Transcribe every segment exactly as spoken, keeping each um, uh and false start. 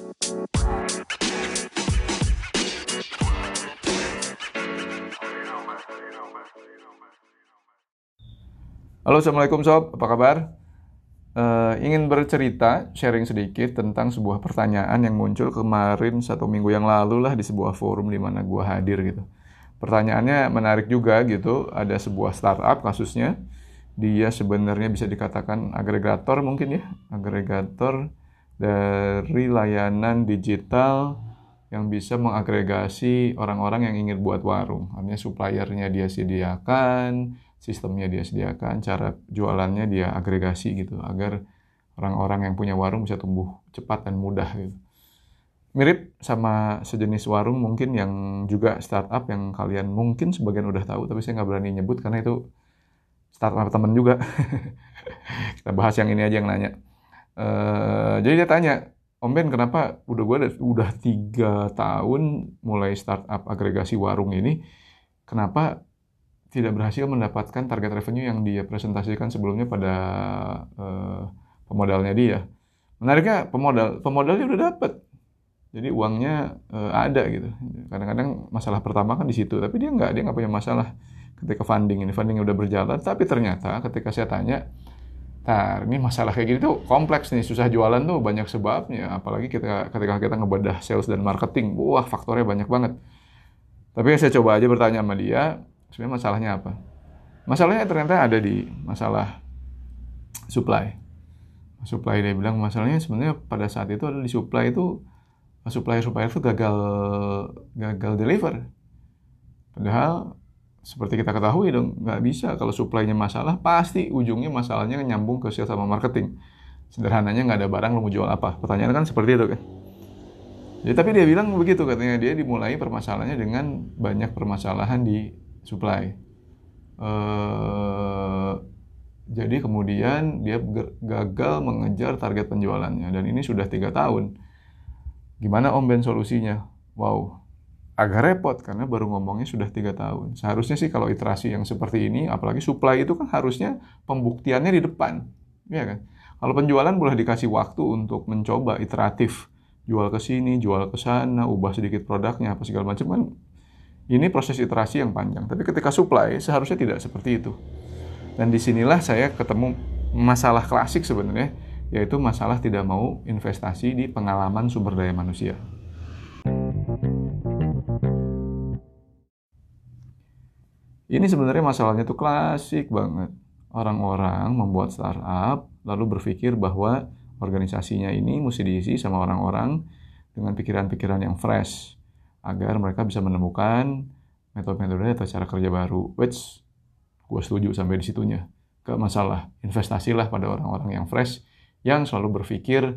Halo, Assalamualaikum Sob, apa kabar? Eh, ingin bercerita, sharing sedikit tentang sebuah pertanyaan yang muncul kemarin satu minggu yang lalu lah di sebuah forum di mana gua hadir gitu. Pertanyaannya menarik juga gitu, ada sebuah startup kasusnya, dia sebenarnya bisa dikatakan agregator mungkin ya, agregator dari layanan digital yang bisa mengagregasi orang-orang yang ingin buat warung. Artinya suppliernya dia sediakan, sistemnya dia sediakan, cara jualannya dia agregasi gitu, agar orang-orang yang punya warung bisa tumbuh cepat dan mudah gitu. Mirip sama sejenis warung mungkin yang juga startup yang kalian mungkin sebagian udah tahu, tapi saya nggak berani nyebut karena itu startup temen juga. Kita bahas yang ini aja yang nanya. Eh, jadi dia tanya, Om Ben, kenapa udah gue udah tiga tahun mulai startup agregasi warung ini, kenapa tidak berhasil mendapatkan target revenue yang dia presentasikan sebelumnya pada eh, pemodalnya dia. Menariknya pemodal pemodalnya udah dapet, jadi uangnya eh, ada gitu. Kadang-kadang masalah pertama kan di situ, tapi dia nggak dia nggak punya masalah ketika funding ini funding udah berjalan. Tapi ternyata ketika saya tanya, nah ini masalah kayak gini tuh kompleks nih, susah jualan tuh banyak sebabnya. Apalagi kita ketika kita ngebedah sales dan marketing, wah faktornya banyak banget. Tapi saya coba aja bertanya sama dia, sebenarnya masalahnya apa? Masalahnya ternyata ada di masalah supply. Supply dia bilang masalahnya sebenarnya pada saat itu ada di supply itu, supplier-supplier itu gagal gagal deliver. Padahal seperti kita ketahui dong, nggak bisa kalau supply-nya masalah, pasti ujungnya masalahnya nyambung ke sales sama marketing. Sederhananya nggak ada barang, lo mau jual apa? Pertanyaan kan seperti itu kan. Jadi, tapi dia bilang begitu, katanya dia dimulai permasalahannya dengan banyak permasalahan di supply. Uh, jadi kemudian dia gagal mengejar target penjualannya, dan ini sudah tiga tahun. Gimana Om Ben solusinya? Wow, agak repot karena baru ngomongnya sudah tiga tahun. Seharusnya sih kalau iterasi yang seperti ini, apalagi supply itu kan harusnya pembuktiannya di depan, ya kan? Kalau penjualan boleh dikasih waktu untuk mencoba iteratif, jual ke sini, jual ke sana, ubah sedikit produknya, apa segala macam kan. Ini proses iterasi yang panjang. Tapi ketika supply seharusnya tidak seperti itu. Dan disinilah saya ketemu masalah klasik sebenarnya, yaitu masalah tidak mau investasi di pengalaman sumber daya manusia. Ini sebenarnya masalahnya tuh klasik banget. Orang-orang membuat startup lalu berpikir bahwa organisasinya ini mesti diisi sama orang-orang dengan pikiran-pikiran yang fresh agar mereka bisa menemukan metode-metode atau cara kerja baru. Which gue setuju sampai di situnya. Ke masalah investasilah pada orang-orang yang fresh yang selalu berpikir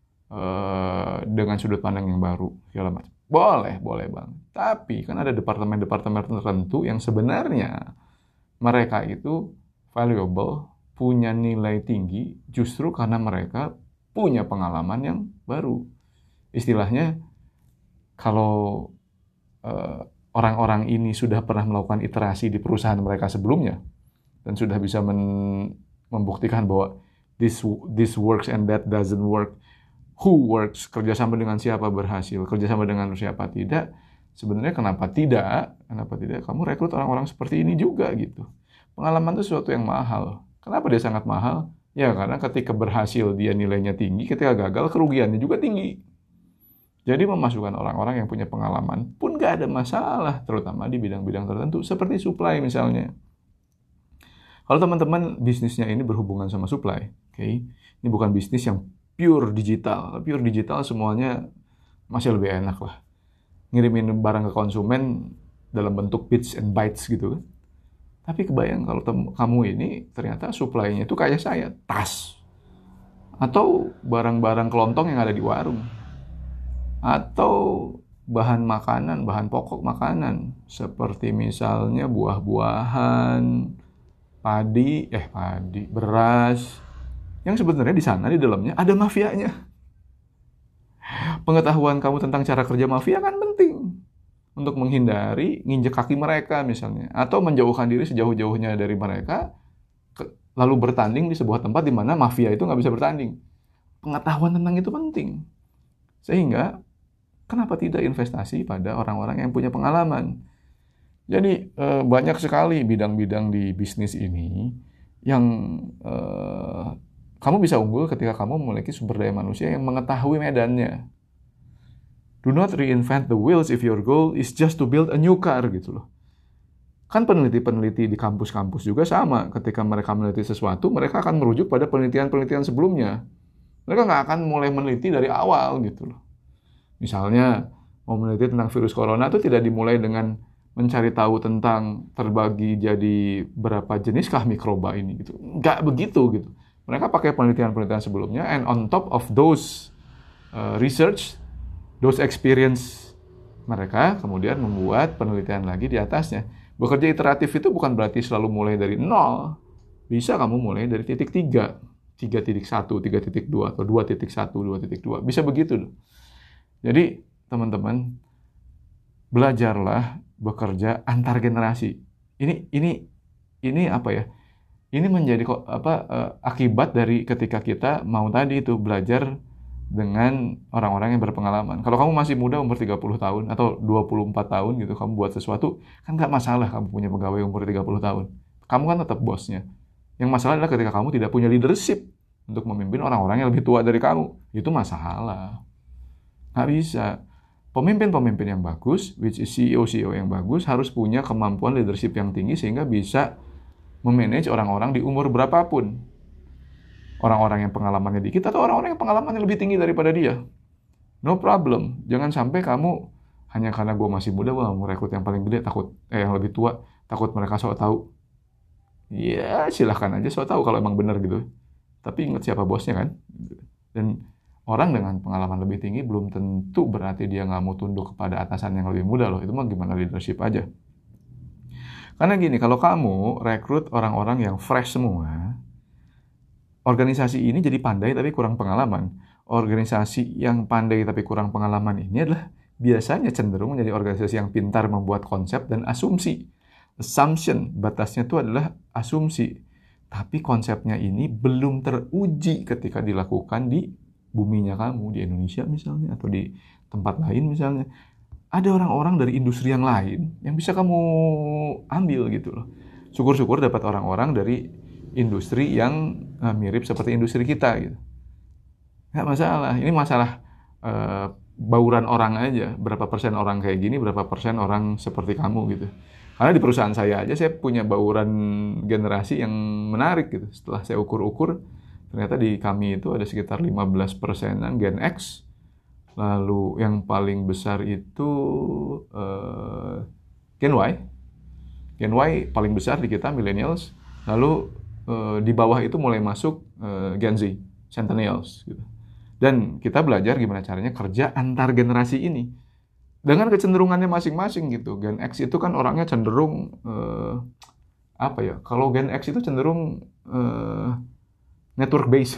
uh, dengan sudut pandang yang baru segala macam. Boleh, boleh bang. Tapi kan ada departemen-departemen tertentu yang sebenarnya mereka itu valuable, punya nilai tinggi justru karena mereka punya pengalaman yang baru. Istilahnya, kalau uh, orang-orang ini sudah pernah melakukan iterasi di perusahaan mereka sebelumnya dan sudah bisa men- membuktikan bahwa this this works and that doesn't work, who works, kerjasama dengan siapa berhasil, kerjasama dengan siapa tidak, sebenarnya kenapa tidak, kenapa tidak kamu rekrut orang-orang seperti ini juga gitu. Pengalaman itu sesuatu yang mahal. Kenapa dia sangat mahal? Ya karena ketika berhasil dia nilainya tinggi, ketika gagal kerugiannya juga tinggi. Jadi memasukkan orang-orang yang punya pengalaman pun gak ada masalah, terutama di bidang-bidang tertentu, seperti supply misalnya. Kalau teman-teman bisnisnya ini berhubungan sama supply, oke, okay? Ini bukan bisnis yang pure digital. Pure digital semuanya masih lebih enak lah. Ngirimin barang ke konsumen dalam bentuk bits and bytes gitu kan. Tapi kebayang kalau tem- kamu ini ternyata supply-nya itu kayak saya, tas. Atau barang-barang kelontong yang ada di warung. Atau bahan makanan, bahan pokok makanan. Seperti misalnya buah-buahan, padi, eh padi, beras. Yang sebenarnya di sana, di dalamnya ada mafianya. Pengetahuan kamu tentang cara kerja mafia kan penting. Untuk menghindari nginjek kaki mereka misalnya. Atau menjauhkan diri sejauh-jauhnya dari mereka. Lalu bertanding di sebuah tempat di mana mafia itu nggak bisa bertanding. Pengetahuan tentang itu penting. Sehingga kenapa tidak investasi pada orang-orang yang punya pengalaman? Jadi eh, banyak sekali bidang-bidang di bisnis ini yang eh, kamu bisa unggul ketika kamu memiliki sumber daya manusia yang mengetahui medannya. Do not reinvent the wheels if your goal is just to build a new car gitu loh. Kan peneliti-peneliti di kampus-kampus juga sama. Ketika mereka meneliti sesuatu, mereka akan merujuk pada penelitian-penelitian sebelumnya. Mereka nggak akan mulai meneliti dari awal gitu loh. Misalnya, mau meneliti tentang virus corona itu tidak dimulai dengan mencari tahu tentang terbagi jadi berapa jeniskah mikroba ini gitu. Nggak begitu gitu. Mereka pakai penelitian-penelitian sebelumnya, and on top of those uh, research, those experience, mereka kemudian membuat penelitian lagi di atasnya. Bekerja iteratif itu bukan berarti selalu mulai dari nol. Bisa kamu mulai dari titik tiga, tiga titik satu, tiga titik dua, atau dua titik satu, dua titik dua. Bisa begitu loh. Jadi, teman-teman, belajarlah bekerja antar generasi. Ini ini ini apa ya? Ini menjadi kok apa uh, akibat dari ketika kita mau tadi itu belajar dengan orang-orang yang berpengalaman. Kalau kamu masih muda umur tiga puluh tahun atau dua puluh empat tahun gitu, kamu buat sesuatu, kan nggak masalah kamu punya pegawai umur tiga puluh tahun. Kamu kan tetap bosnya. Yang masalah adalah ketika kamu tidak punya leadership untuk memimpin orang-orang yang lebih tua dari kamu. Itu masalah. Nggak bisa. Pemimpin-pemimpin yang bagus, which is C E O-C E O yang bagus, harus punya kemampuan leadership yang tinggi sehingga bisa memanage orang-orang di umur berapapun. Orang-orang yang pengalamannya dikit atau orang-orang yang pengalamannya lebih tinggi daripada dia. No problem. Jangan sampai kamu hanya karena gue masih muda, gue mau rekrut yang paling gede, takut eh yang lebih tua, takut mereka sok tahu. Ya silahkan aja sok tahu kalau emang benar gitu. Tapi ingat siapa bosnya kan. Dan orang dengan pengalaman lebih tinggi belum tentu berarti dia nggak mau tunduk kepada atasan yang lebih muda loh. Itu mah gimana leadership aja. Karena gini, kalau kamu rekrut orang-orang yang fresh semua, organisasi ini jadi pandai tapi kurang pengalaman. Organisasi yang pandai tapi kurang pengalaman ini adalah biasanya cenderung menjadi organisasi yang pintar membuat konsep dan asumsi. Assumption, batasnya itu adalah asumsi. Tapi konsepnya ini belum teruji ketika dilakukan di buminya kamu, di Indonesia misalnya, atau di tempat lain misalnya. Ada orang-orang dari industri yang lain yang bisa kamu ambil gitu loh. Syukur-syukur dapat orang-orang dari industri yang uh, mirip seperti industri kita gitu. Nggak masalah. Ini masalah uh, bauran orang aja. Berapa persen orang kayak gini, berapa persen orang seperti kamu gitu. Karena di perusahaan saya aja saya punya bauran generasi yang menarik gitu. Setelah saya ukur-ukur, ternyata di kami itu ada sekitar lima belas persenan Gen X. Lalu yang paling besar itu uh, Gen Y. Gen Y paling besar di kita, millennials. Lalu Uh, di bawah itu mulai masuk uh, Gen Z, Centennials gitu. Dan kita belajar gimana caranya kerja antar generasi ini dengan kecenderungannya masing-masing gitu. Gen X itu kan orangnya cenderung uh, apa ya? Kalau Gen X itu cenderung uh, network base.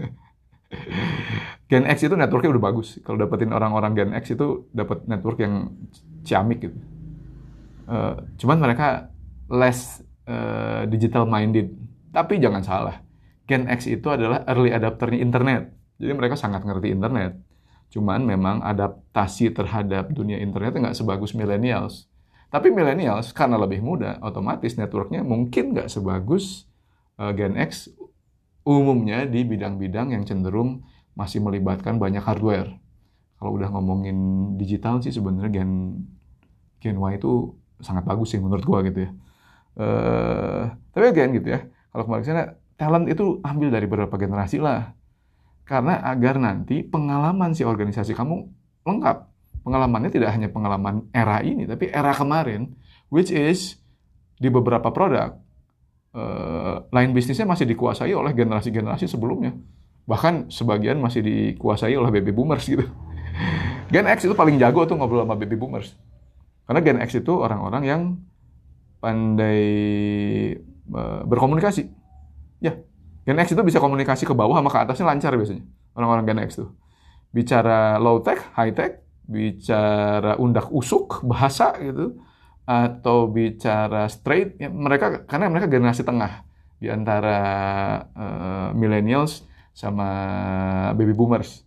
Gen X itu networknya udah bagus. Kalau dapetin orang-orang Gen X itu dapat network yang ciamik gitu. Uh, cuman mereka less uh, digital minded. Tapi jangan salah, Gen X itu adalah early adapternya internet. Jadi mereka sangat ngerti internet. Cuman memang adaptasi terhadap dunia internet nggak sebagus millennials. Tapi millennials karena lebih muda, otomatis networknya mungkin nggak sebagus uh, Gen X umumnya di bidang-bidang yang cenderung masih melibatkan banyak hardware. Kalau udah ngomongin digital sih sebenarnya Gen Gen Y itu sangat bagus sih menurut gua gitu ya. Uh, tapi again gitu ya. Kalau kembali ke sana, talent itu ambil dari beberapa generasi lah. Karena agar nanti pengalaman si organisasi kamu lengkap. Pengalamannya tidak hanya pengalaman era ini, tapi era kemarin, which is di beberapa produk, uh, line bisnisnya masih dikuasai oleh generasi-generasi sebelumnya. Bahkan sebagian masih dikuasai oleh baby boomers gitu. Gen X itu paling jago tuh ngobrol sama baby boomers. Karena Gen X itu orang-orang yang pandai berkomunikasi. Ya, Gen X itu bisa komunikasi ke bawah sama ke atasnya lancar biasanya. Orang-orang Gen X tuh. Bicara low tech, high tech, bicara undak-usuk, bahasa gitu, atau bicara straight, ya mereka karena mereka generasi tengah di antara uh, millennials sama baby boomers.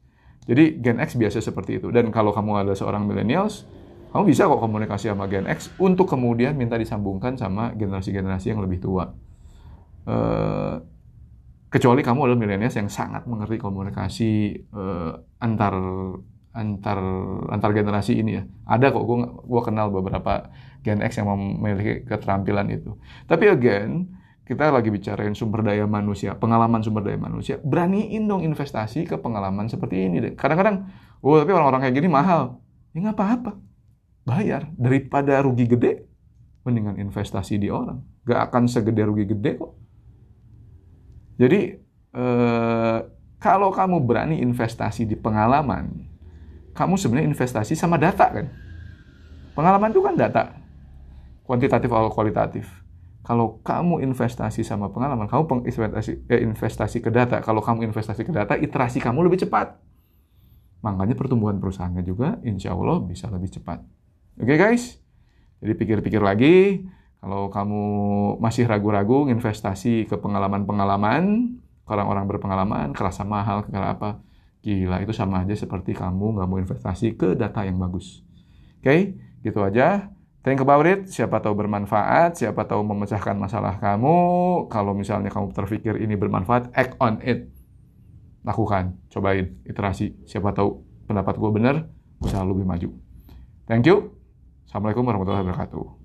Jadi Gen X biasa seperti itu. Dan kalau kamu adalah seorang millennials, kamu bisa kok komunikasi sama Gen X untuk kemudian minta disambungkan sama generasi-generasi yang lebih tua. Uh, kecuali kamu adalah millennials yang sangat mengerti komunikasi uh, antar antar antar generasi ini ya. Ada kok, gue gue kenal beberapa Gen X yang memiliki keterampilan itu. Tapi again, kita lagi bicarain sumber daya manusia, pengalaman sumber daya manusia. Beraniin dong investasi ke pengalaman seperti ini deh. Kadang-kadang, oh tapi orang-orang kayak gini mahal. Ya nggak apa-apa, bayar. Daripada rugi gede, mendingan investasi di orang. Gak akan segede rugi gede kok. Jadi eh, kalau kamu berani investasi di pengalaman, kamu sebenarnya investasi sama data kan. Pengalaman itu kan data, kuantitatif atau kualitatif. Kalau kamu investasi sama pengalaman, kamu investasi, eh, investasi ke data. Kalau kamu investasi ke data, iterasi kamu lebih cepat. Makanya pertumbuhan perusahaannya juga insya Allah bisa lebih cepat. Oke okay, guys? Jadi pikir-pikir lagi. Kalau kamu masih ragu-ragu investasi ke pengalaman-pengalaman, orang-orang berpengalaman, kerasa mahal, karena apa? Gila, itu sama aja seperti kamu nggak mau investasi ke data yang bagus. Oke, okay? Gitu aja. Think about it. Siapa tahu bermanfaat, siapa tahu memecahkan masalah kamu. Kalau misalnya kamu terpikir ini bermanfaat, act on it. Lakukan, cobain, iterasi. Siapa tahu pendapat gue benar, usaha lu lebih maju. Thank you. Assalamualaikum warahmatullahi wabarakatuh.